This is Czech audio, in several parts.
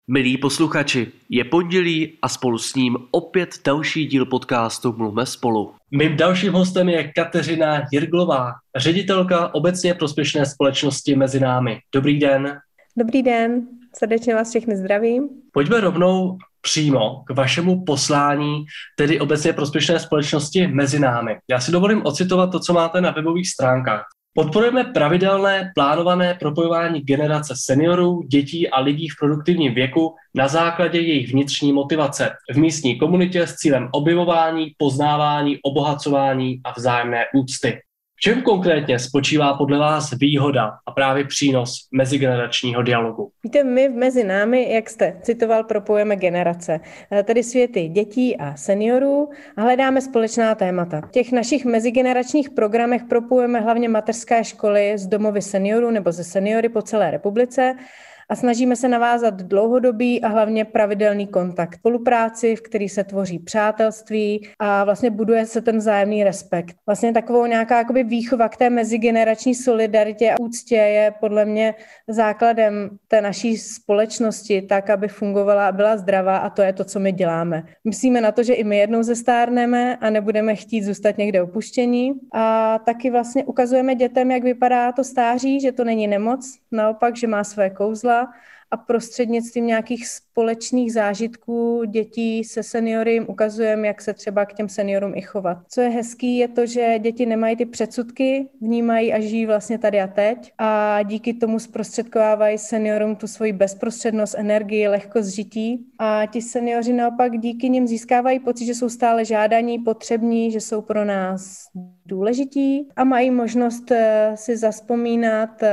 Milí posluchači, je pondělí a spolu s ním opět další díl podcastu Mluvme spolu. Mým dalším hostem je Kateřina Jirglová, ředitelka obecně prospěšné společnosti Mezi námi. Dobrý den. Dobrý den, srdečně vás všechny zdravím. Pojďme rovnou přímo k vašemu poslání, tedy obecně prospěšné společnosti Mezi námi. Já si dovolím ocitovat to, co máte na webových stránkách. Podporujeme pravidelné plánované propojování generace seniorů, dětí a lidí v produktivním věku na základě jejich vnitřní motivace v místní komunitě s cílem objevování, poznávání, obohacování a vzájemné úcty. V čem konkrétně spočívá podle vás výhoda a právě přínos mezigeneračního dialogu? Víte, my Mezi námi, jak jste citoval, propojujeme generace, tedy světy dětí a seniorů a hledáme společná témata. V těch našich mezigeneračních programech propojujeme hlavně mateřské školy s domovy seniorů nebo ze seniory po celé republice a snažíme se navázat dlouhodobý a hlavně pravidelný kontakt, spolupráci, v který se tvoří přátelství a vlastně buduje se ten vzájemný respekt. Vlastně takovou nějaká jakoby výchova k té mezigenerační solidaritě a úctě je podle mě základem té naší společnosti tak, aby fungovala a byla zdravá, a to je to, co my děláme. Myslíme na to, že i my jednou zestárneme a nebudeme chtít zůstat někde opuštění, a taky vlastně ukazujeme dětem, jak vypadá to stáří, že to není nemoc, naopak, že má své kouzla, a prostřednictvím nějakých společných zážitků dětí se seniory jim ukazujeme, jak se třeba k těm seniorům i chovat. Co je hezký, je to, že děti nemají ty předsudky, vnímají a žijí vlastně tady a teď a díky tomu zprostředkovávají seniorům tu svoji bezprostřednost, energii, lehkost žití, a ti seniori naopak díky nim získávají pocit, že jsou stále žádaní, potřební, že jsou pro nás důležití a mají možnost si zazpomínat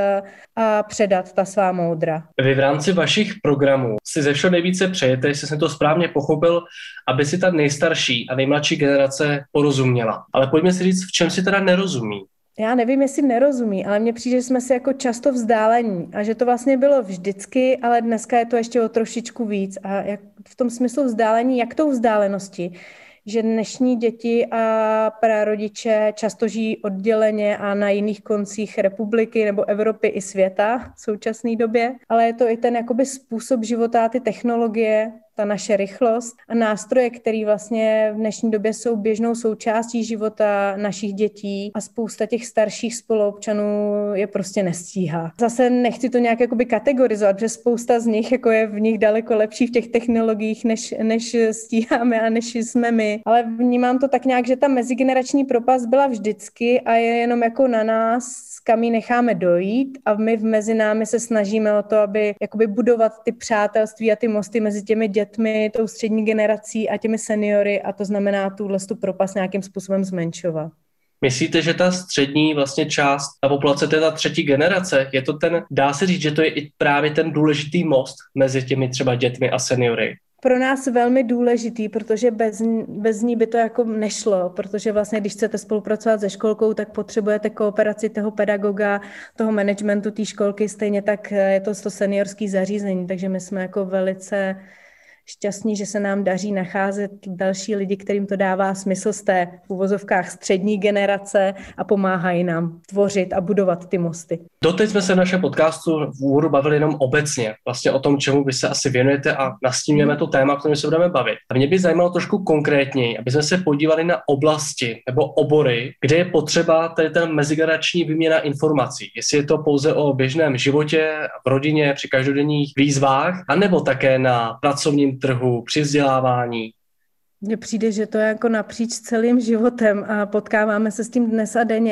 a předat ta svá moudra. Vy v rámci vašich programů si ze všeho nejvíce přejete, jestli jsem to správně pochopil, aby si ta nejstarší a nejmladší generace porozuměla. Ale pojďme si říct, v čem si teda nerozumí. Já nevím, jestli nerozumí, ale mně přijde, že jsme si jako často vzdálení a že to vlastně bylo vždycky, ale dneska je to ještě o trošičku víc. A jak v tom smyslu vzdálení, jak tou vzdálenosti, že dnešní děti a prarodiče často žijí odděleně a na jiných koncích republiky nebo Evropy i světa v současné době, ale je to i ten jakoby způsob života, ty technologie, ta naše rychlost a nástroje, které vlastně v dnešní době jsou běžnou součástí života našich dětí a spousta těch starších spoluobčanů je prostě nestíhá. Zase nechci to nějak jakoby kategorizovat, protože spousta z nich jako je v nich daleko lepší v těch technologiích, než stíháme a než jsme my. Ale vnímám to tak nějak, že ta mezigenerační propast byla vždycky a je jenom jako na nás, kam ji necháme dojít, a my Mezi námi se snažíme o to, aby jakoby budovat ty přátelství a ty mosty mezi těmi dětmi, tou střední generací a těmi seniory, a to znamená tu propast nějakým způsobem zmenšovat. Myslíte, že ta střední vlastně část a populace, to je ta třetí generace, je to dá se říct, že to je i právě ten důležitý most mezi těmi třeba dětmi a seniory? Pro nás velmi důležitý, protože bez ní by to jako nešlo, protože vlastně, když chcete spolupracovat se školkou, tak potřebujete kooperaci toho pedagoga, toho managementu té školky, stejně tak je to seniorský zařízení, takže my jsme jako velice šťastní, že se nám daří nacházet další lidi, kterým to dává smysl z té v uvozovkách střední generace a pomáhají nám tvořit a budovat ty mosty. Doteď jsme se v našem podcastu v úvodu bavili jenom obecně, vlastně o tom, čemu vy se asi věnujete, a nastínujeme to téma, o kterém se budeme bavit. A mě by zajímalo trošku konkrétněji, aby jsme se podívali na oblasti nebo obory, kde je potřeba tady ten mezigenerační výměna informací. Jestli je to pouze o běžném životě, v rodině, při každodenních výzvách, anebo také na pracovním trhu, při vzdělávání. Mně přijde, že to je jako napříč celým životem a potkáváme se s tím dnes a denně.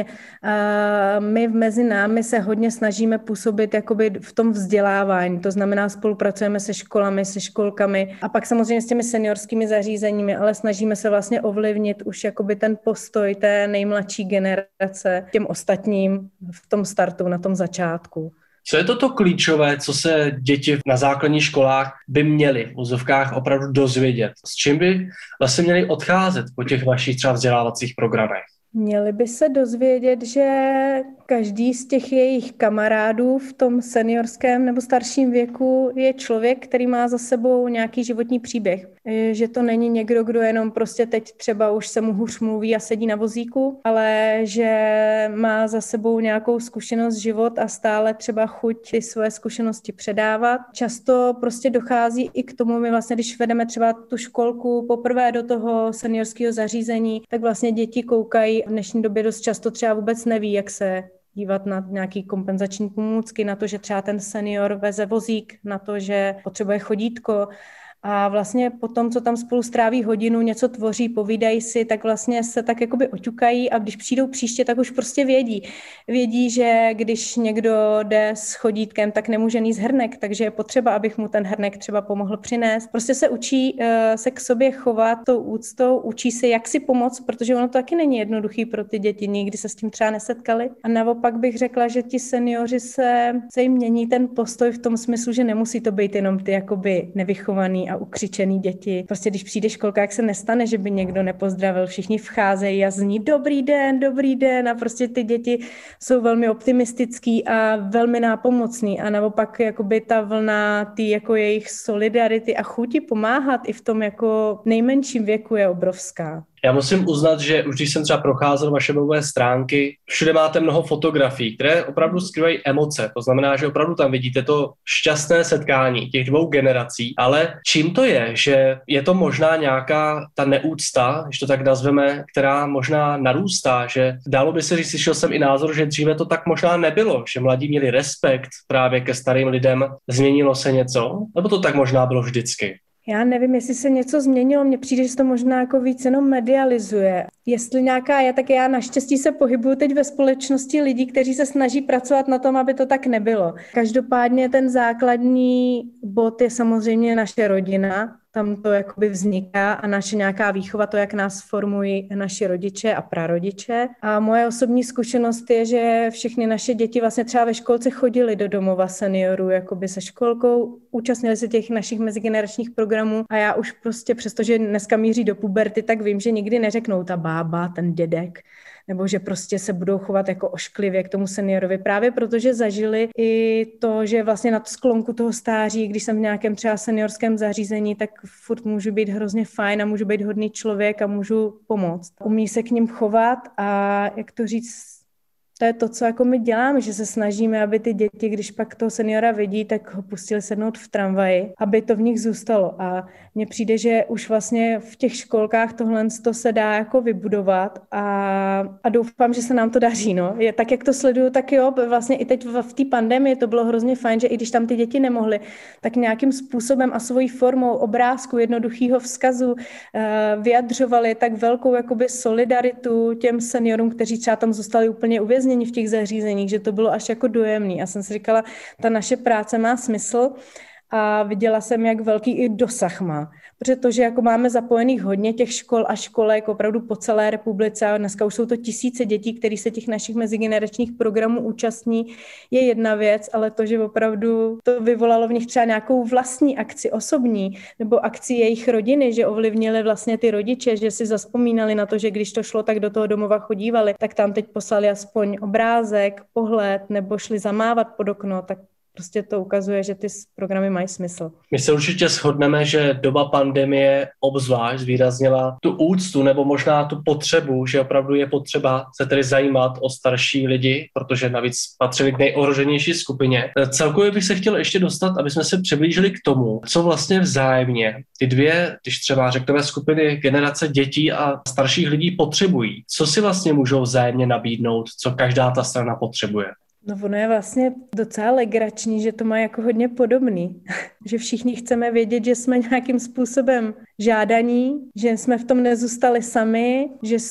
A my Mezi námi se hodně snažíme působit jakoby v tom vzdělávání, to znamená spolupracujeme se školami, se školkami a pak samozřejmě s těmi seniorskými zařízeními, ale snažíme se vlastně ovlivnit už jakoby ten postoj té nejmladší generace těm ostatním v tom startu, na tom začátku. Co je to klíčové, co se děti na základních školách by měly v uvozovkách opravdu dozvědět? S čím by vlastně měli odcházet po těch vašich třeba vzdělávacích programech? Měli by se dozvědět, že každý z těch jejich kamarádů v tom seniorském nebo starším věku je člověk, který má za sebou nějaký životní příběh. Že to není někdo, kdo jenom prostě teď třeba už se mu hůř mluví a sedí na vozíku, ale že má za sebou nějakou zkušenost, život a stále třeba chuť ty svoje zkušenosti předávat. Často prostě dochází i k tomu, my vlastně, když vedeme třeba tu školku poprvé do toho seniorského zařízení, tak vlastně děti koukají v dnešní době dost často třeba vůbec neví, jak se dívat na nějaký kompenzační pomůcky, na to, že třeba ten senior veze vozík, na to, že potřebuje chodítko. A vlastně po tom, co tam spolu stráví hodinu, něco tvoří, povídají si, tak vlastně se tak jakoby oťukají a když přijdou příště, tak už prostě vědí. Vědí, že když někdo jde s chodítkem, tak nemůže nést hrnek, takže je potřeba, abych mu ten hrnek třeba pomohl přinést. Prostě se učí se k sobě chovat tou úctou, učí se, jak si pomoct, protože ono to taky není jednoduchý pro ty děti, nikdy se s tím třeba nesetkali. A naopak bych řekla, že ti seniori se jim mění ten postoj v tom smyslu, že nemusí to být jenom ty jakoby nevychovaný a ukřičený děti. Prostě když přijde školka, jak se nestane, že by někdo nepozdravil, všichni vcházejí a zní dobrý den a prostě ty děti jsou velmi optimistický a velmi nápomocný a naopak jakoby ta vlna ty jako jejich solidarity a chuti pomáhat i v tom jako nejmenším věku je obrovská. Já musím uznat, že už když jsem třeba procházel vaše webové stránky, všude máte mnoho fotografií, které opravdu skrývají emoce. To znamená, že opravdu tam vidíte to šťastné setkání těch dvou generací. Ale čím to je, že je to možná nějaká ta neúcta, když to tak nazveme, která možná narůstá, že dalo by se říct, slyšel jsem i názor, že dříve to tak možná nebylo, že mladí měli respekt právě ke starým lidem. Změnilo se něco? Nebo to tak možná bylo vždycky? Já nevím, jestli se něco změnilo, mně přijde, že se to možná jako víc jenom medializuje. Jestli nějaká je, tak já naštěstí se pohybuju teď ve společnosti lidí, kteří se snaží pracovat na tom, aby to tak nebylo. Každopádně ten základní bod je samozřejmě naše rodina. Tam to jakoby vzniká a naše nějaká výchova, to, jak nás formují naši rodiče a prarodiče. A moje osobní zkušenost je, že všechny naše děti vlastně třeba ve školce chodily do domova seniorů jakoby se školkou, účastnili se těch našich mezigeneračních programů a já už prostě, přestože dneska míří do puberty, tak vím, že nikdy neřeknou ta bába, ten dědek, nebo že prostě se budou chovat jako ošklivě k tomu seniorovi, právě protože zažili i to, že vlastně na sklonku toho stáří, když jsem v nějakém třeba seniorském zařízení, tak furt můžu být hrozně fajn a můžu být hodný člověk a můžu pomoct. Umí se k nim chovat a jak to říct, to je to, co jako my děláme, že se snažíme, aby ty děti, když pak toho seniora vidí, tak ho pustili sednout v tramvaji, aby to v nich zůstalo. A mně přijde, že už vlastně v těch školkách tohle to se dá jako vybudovat a doufám, že se nám to daří. No. Je, tak, jak to sleduju, tak jo, vlastně i teď v té pandemii to bylo hrozně fajn, že i když tam ty děti nemohly, tak nějakým způsobem a svojí formou obrázku, jednoduchého vzkazu vyjadřovali tak velkou jakoby solidaritu těm seniorům, kteří třeba tam zůstali úplně uvězněni v těch zařízeních, že to bylo až jako dojemný. Já jsem si říkala, ta naše práce má smysl a viděla jsem, jak velký i dosah má. Protože to, že jako máme zapojených hodně těch škol a školek opravdu po celé republice a dneska už jsou to tisíce dětí, které se těch našich mezigeneračních programů účastní, je jedna věc, ale to, že opravdu to vyvolalo v nich třeba nějakou vlastní akci osobní nebo akci jejich rodiny, že ovlivnili vlastně ty rodiče, že si zazpomínali na to, že když to šlo, tak do toho domova chodívali, tak tam teď poslali aspoň obrázek, pohled nebo šli zamávat pod okno, tak prostě to ukazuje, že ty programy mají smysl. My se určitě shodneme, že doba pandemie obzvlášť zvýraznila tu úctu nebo možná tu potřebu, že opravdu je potřeba se tedy zajímat o starší lidi, protože navíc patřili k nejohroženější skupině. Celkově bych se chtěl ještě dostat, aby jsme se přiblížili k tomu, co vlastně vzájemně ty dvě, když třeba řekneme skupiny generace dětí a starších lidí potřebují. Co si vlastně můžou vzájemně nabídnout, co každá ta strana potřebuje? No ono je vlastně docela legrační, že to má jako hodně podobný. Že všichni chceme vědět, že jsme nějakým způsobem žádaní, že jsme v tom nezůstali sami,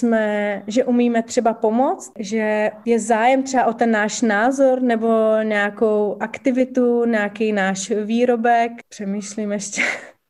že umíme třeba pomoct, že je zájem třeba o ten náš názor nebo nějakou aktivitu, nějaký náš výrobek. Přemýšlím ještě.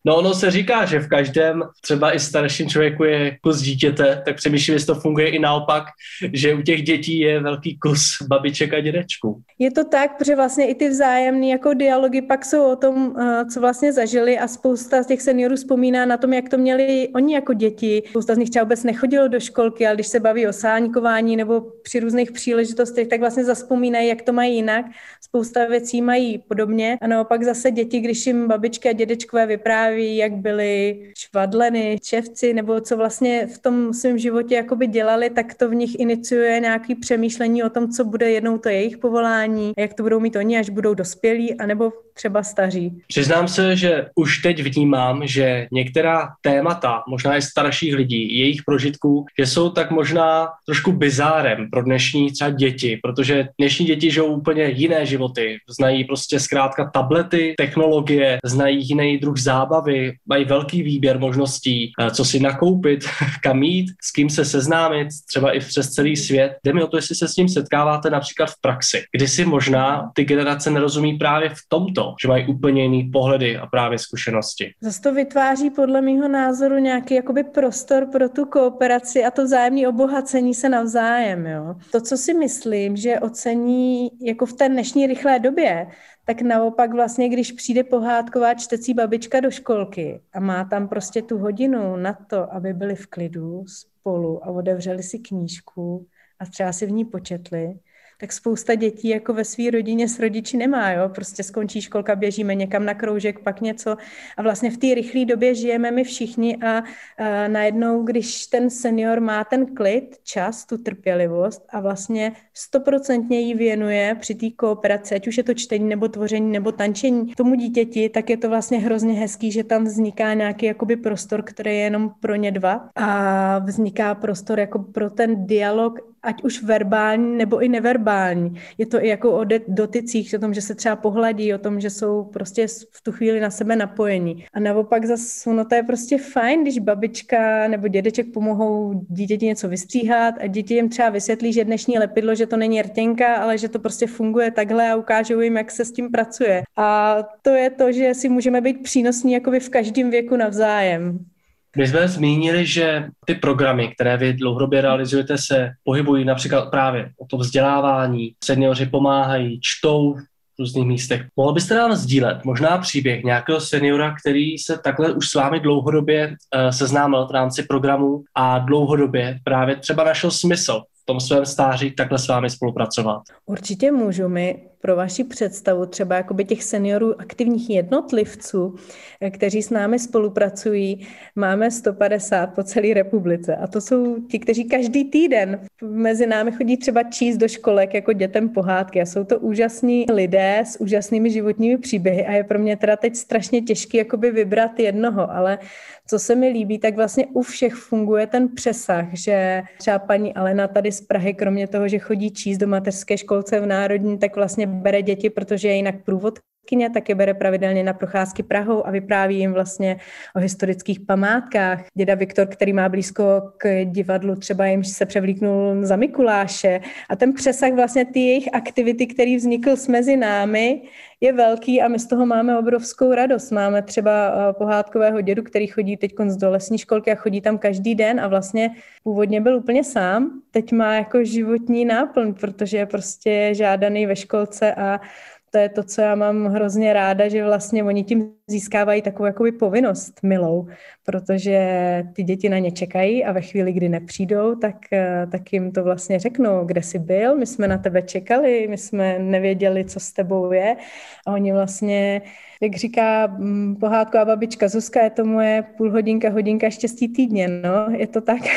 No ono se říká, že v každém třeba i starším člověku je kus dítěte, tak přemýšlím, jestli to funguje i naopak, že u těch dětí je velký kus babiček a dědečků. Je to tak, protože vlastně i ty vzájemné jako dialogy pak jsou o tom, co vlastně zažili a spousta z těch seniorů vzpomíná na tom, jak to měli oni jako děti. Spousta z nich třeba vůbec nechodilo do školky, ale když se baví o sáňkování nebo při různých příležitostech, tak vlastně zazpomínají, jak to mají jinak. Spousta věcí mají podobně a naopak zase děti, když jim babičky a dědečkové vypráví, jak byli švadleny, čevci nebo co vlastně v tom svém životě jakoby dělali, tak to v nich iniciuje nějaké přemýšlení o tom, co bude jednou to jejich povolání, jak to budou mít oni, až budou dospělí, anebo třeba staří. Přiznám se, že už teď vnímám, že některá témata, možná i starších lidí, jejich prožitků, že jsou tak možná trošku bizárem pro dnešní třeba děti, protože dnešní děti žijou úplně jiné životy. Znají prostě zkrátka tablety, technologie, znají jiný druh zábavy, mají velký výběr možností, co si nakoupit, kam jít, s kým se seznámit, třeba i přes celý svět. Jde mi o to, jestli se s tím setkáváte například v praxi, kdy si možná ty generace nerozumí právě v tomto, že mají úplně jiný pohledy a právě zkušenosti. Zase to vytváří podle mého názoru nějaký jakoby prostor pro tu kooperaci a to vzájemné obohacení se navzájem. Jo. To, co si myslím, že ocení jako v té dnešní rychlé době, tak naopak vlastně, když přijde pohádková čtecí babička do školky a má tam prostě tu hodinu na to, aby byli v klidu spolu a otevřeli si knížku a třeba si v ní početli, tak spousta dětí jako ve své rodině s rodiči nemá, jo? Prostě skončí školka, běžíme někam na kroužek, pak něco a vlastně v té rychlé době žijeme my všichni a najednou, když ten senior má ten klid, čas, tu trpělivost a vlastně 100% ji věnuje při té kooperaci, ať už je to čtení nebo tvoření nebo tančení tomu dítěti, tak je to vlastně hrozně hezký, že tam vzniká nějaký jakoby prostor, který je jenom pro ně dva a vzniká prostor jako pro ten dialog, ať už verbální nebo i neverbální. Je to i jako o dotycích, o tom, že se třeba pohladí, o tom, že jsou prostě v tu chvíli na sebe napojení. A naopak zase, no to je prostě fajn, když babička nebo dědeček pomohou dítěti něco vystříhat a děti jim třeba vysvětlí, že dnešní lepidlo, že to není rtěnka, ale že to prostě funguje takhle a ukážou jim, jak se s tím pracuje. A to je to, že si můžeme být přínosní jakoby v každém věku navzájem. My jsme zmínili, že ty programy, které vy dlouhodobě realizujete, se pohybují například právě o to vzdělávání, seniori pomáhají, čtou v různých místech. Mohl byste nám sdílet možná příběh nějakého seniora, který se takhle už s vámi dlouhodobě seznámil v rámci programu a dlouhodobě právě třeba našel smysl v tom svém stáří takhle s vámi spolupracovat? Určitě můžu. My pro vaši představu třeba jakoby těch seniorů aktivních jednotlivců, kteří s námi spolupracují, máme 150 po celé republice. A to jsou ti, kteří každý týden mezi námi chodí třeba číst do školek jako dětem pohádky. A jsou to úžasní lidé s úžasnými životními příběhy a je pro mě teda teď strašně těžký jakoby vybrat jednoho, ale co se mi líbí, tak vlastně u všech funguje ten přesah, že třeba paní Alena tady z Prahy, kromě toho, že chodí číst do mateřské školce v Národní, tak vlastně bere děti, protože je jinak průvodkyně, tak je bere pravidelně na procházky Prahou a vypráví jim vlastně o historických památkách. Děda Viktor, který má blízko k divadlu, třeba jim se převlíknul za Mikuláše a ten přesah vlastně ty jejich aktivity, který vznikl mezi námi, je velký a my z toho máme obrovskou radost. Máme třeba pohádkového dědu, který chodí teď do lesní školky a chodí tam každý den a vlastně původně byl úplně sám. Teď má jako životní náplň, protože je prostě žádaný ve školce a to je to, co já mám hrozně ráda, že vlastně oni tím získávají takovou jakoby povinnost milou, protože ty děti na ně čekají a ve chvíli, kdy nepřijdou, tak jim to vlastně řeknou, kde jsi byl, my jsme na tebe čekali, my jsme nevěděli, co s tebou je a oni vlastně, jak říká pohádková babička Zuzka, je to moje hodinka štěstí týdně, no, je to tak.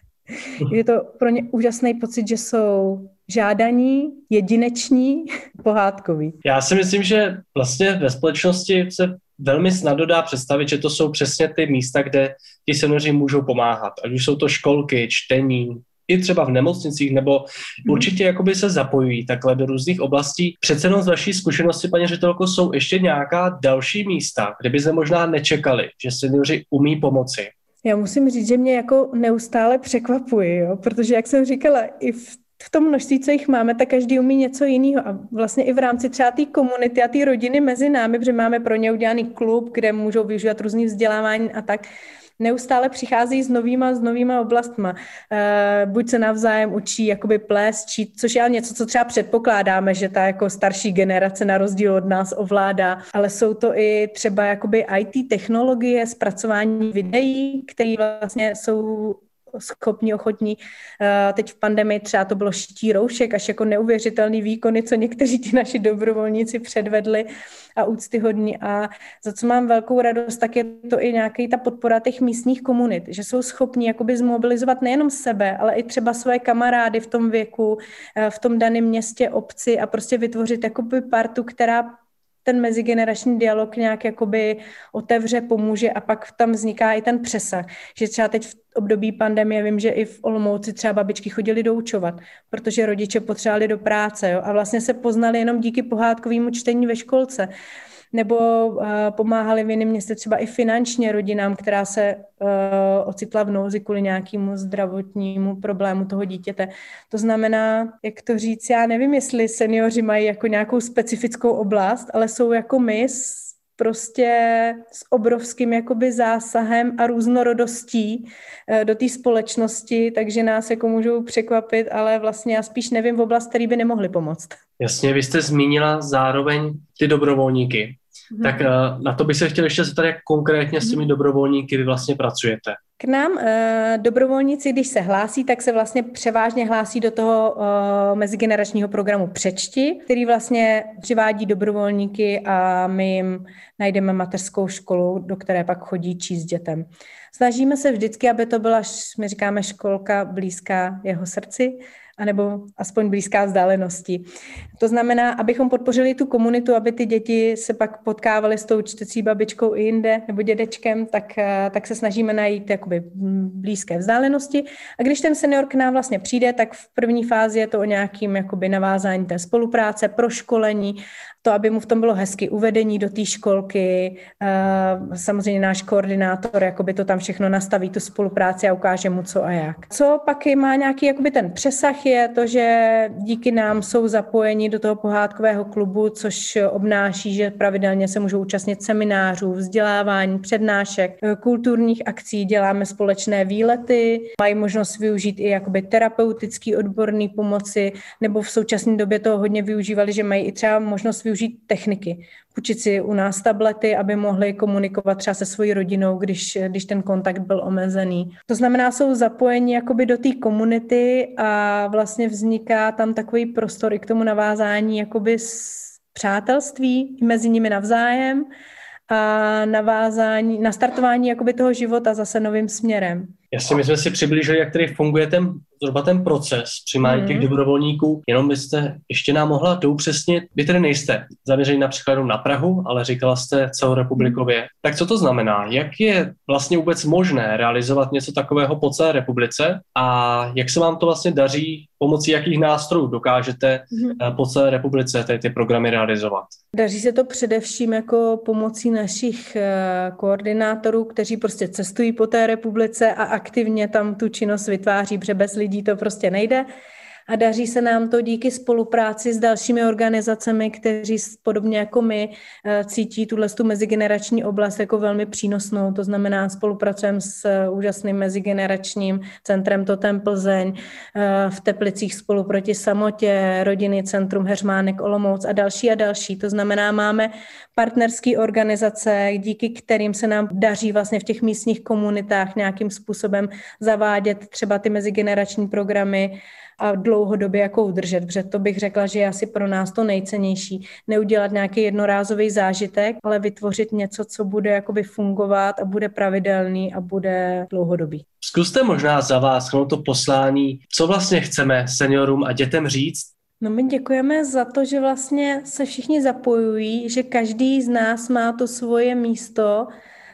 Je to pro ně úžasný pocit, že jsou žádaní, jedineční, pohádkoví. Já si myslím, že vlastně ve společnosti se velmi snadno dá představit, že to jsou přesně ty místa, kde ti seniori můžou pomáhat. Ať už jsou to školky, čtení, i třeba v nemocnicích, nebo určitě jakoby se zapojují takhle do různých oblastí. Přece jenom z vaší zkušenosti, paní ředitelko, jsou ještě nějaká další místa, kde by se možná nečekali, že seniori umí pomoci. Já musím říct, že mě jako neustále překvapují, jo? Protože jak jsem říkala, i v v tom množství, co jich máme, tak každý umí něco jiného. A vlastně i v rámci třeba té komunity a té rodiny mezi námi, protože máme pro ně udělaný klub, kde můžou využívat různý vzdělávání a tak, neustále přichází s novýma oblastma. Buď se navzájem učí jakoby plést, čít, což je ale něco, co třeba předpokládáme, že ta jako starší generace na rozdíl od nás ovládá, ale jsou to i třeba jakoby IT technologie, zpracování videí, které vlastně jsou schopní, ochotní. Teď v pandemii třeba to bylo šití roušek, až jako neuvěřitelný výkony, co někteří ti naši dobrovolníci předvedli a úctyhodní. A za co mám velkou radost, tak je to i nějaký ta podpora těch místních komunit, že jsou schopní jakoby zmobilizovat nejenom sebe, ale i třeba svoje kamarády v tom věku, v tom daném městě, obci a prostě vytvořit jakoby partu, která ten mezigenerační dialog nějak jakoby otevře, pomůže a pak tam vzniká i ten přesah. Že třeba teď v období pandemie vím, že i v Olomouci třeba babičky chodily doučovat, protože rodiče potřebovali do práce, jo, a vlastně se poznali jenom díky pohádkovému čtení ve školce. Nebo pomáhali v jiném městě třeba i finančně rodinám, která se ocitla v nouzi kvůli nějakému zdravotnímu problému toho dítěte. To znamená, jak to říct, já nevím, jestli seniori mají jako nějakou specifickou oblast, ale jsou jako my prostě s obrovským jakoby zásahem a různorodostí do té společnosti, takže nás jako můžou překvapit, ale vlastně já spíš nevím v oblast, který by nemohli pomoct. Jasně, vy jste zmínila zároveň ty dobrovolníky. Tak na to bych se chtěl ještě zeptat, jak konkrétně s těmi dobrovolníky vy vlastně pracujete. K nám dobrovolníci, když se hlásí, tak se vlastně převážně hlásí do toho mezigeneračního programu Přečti, který vlastně přivádí dobrovolníky a my jim najdeme mateřskou školu, do které pak chodí číst dětem. Snažíme se vždycky, aby to byla, my říkáme, školka blízká jeho srdci, anebo aspoň blízká vzdálenosti. To znamená, abychom podpořili tu komunitu, aby ty děti se pak potkávaly s tou čtecí babičkou i jinde, nebo dědečkem, tak se snažíme najít jakoby blízké vzdálenosti. A když ten senior k nám vlastně přijde, tak v první fázi je to o nějakým jakoby navázání té spolupráce, proškolení, to, aby mu v tom bylo hezky, uvedení do té školky, samozřejmě náš koordinátor jakoby to tam všechno nastaví, tu spolupráci a ukáže mu co a jak. Co pak má nějaký jakoby ten přesah je to, že díky nám jsou zapojeni do toho pohádkového klubu, což obnáší, že pravidelně se můžou účastnit seminářů, vzdělávání, přednášek, kulturních akcí, děláme společné výlety, mají možnost využít i jakoby terapeutický odborný pomoci, nebo v současné době to hodně využívali, že mají i třeba možnost využít techniky. Půjčit si u nás tablety, aby mohli komunikovat třeba se svojí rodinou, když ten kontakt byl omezený. To znamená, jsou zapojeni jakoby do té komunity a vlastně vzniká tam takový prostor i k tomu navázání jakoby přátelství mezi nimi navzájem a nastartování jakoby toho života zase novým směrem. Jasně, my jsme si přiblížili, jak tady funguje zhruba ten proces přijímání těch dobrovolníků, jenom byste ještě nám mohla doupřesnit, vy tedy nejste zaměření například na Prahu, ale říkala jste celorepublikově. Tak co to znamená? Jak je vlastně vůbec možné realizovat něco takového po celé republice a jak se vám to vlastně daří, pomocí jakých nástrojů dokážete po celé republice ty programy realizovat? Daří se to především jako pomocí našich koordinátorů, kteří prostě cestují po té republice a aktivně tam tu činnost vytváří, protože bez lidí to prostě nejde. A daří se nám to díky spolupráci s dalšími organizacemi, kteří podobně jako my cítí tu mezigenerační oblast jako velmi přínosnou. To znamená, spolupracujeme s úžasným mezigeneračním centrem Totem Plzeň, v Teplicích Spolu proti samotě, Rodinný centrum Heřmánek Olomouc a další. To znamená, máme partnerské organizace, díky kterým se nám daří vlastně v těch místních komunitách nějakým způsobem zavádět třeba ty mezigenerační programy a dlouhodobě jako udržet, protože to bych řekla, že je asi pro nás to nejcennější. Neudělat nějaký jednorázový zážitek, ale vytvořit něco, co bude jakoby fungovat a bude pravidelný a bude dlouhodobý. Zkuste možná za vás to poslání, co vlastně chceme seniorům a dětem říct. No my děkujeme za to, že vlastně se všichni zapojují, že každý z nás má to svoje místo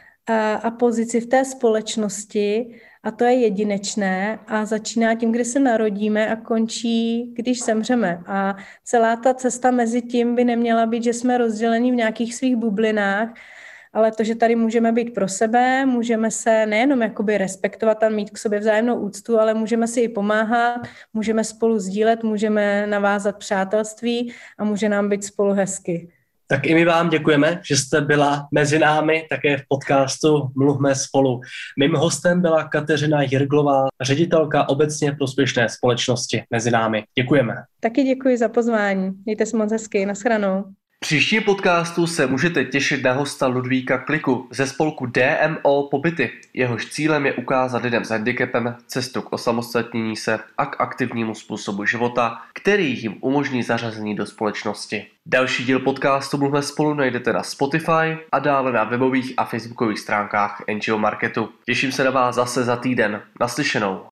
a pozici v té společnosti, a to je jedinečné a začíná tím, kdy se narodíme a končí, když zemřeme. A celá ta cesta mezi tím by neměla být, že jsme rozděleni v nějakých svých bublinách, ale to, že tady můžeme být pro sebe, můžeme se nejenom jakoby respektovat a mít k sobě vzájemnou úctu, ale můžeme si i pomáhat, můžeme spolu sdílet, můžeme navázat přátelství a může nám být spolu hezky. Tak i my vám děkujeme, že jste byla mezi námi také v podcastu Mluvme spolu. Mým hostem byla Kateřina Jirglová, ředitelka obecně prospěšné společnosti Mezi námi. Děkujeme. Taky děkuji za pozvání. Mějte se moc hezky. Nashledanou. V příštím podcastu se můžete těšit na hosta Ludvíka Kliku ze spolku DMO Pobyty. Jehož cílem je ukázat lidem s handicapem cestu k osamostatnění se a k aktivnímu způsobu života, který jim umožní zařazení do společnosti. Další díl podcastu Mluvme spolu najdete na Spotify a dále na webových a facebookových stránkách NGO Marketu. Těším se na vás zase za týden. Naslyšenou.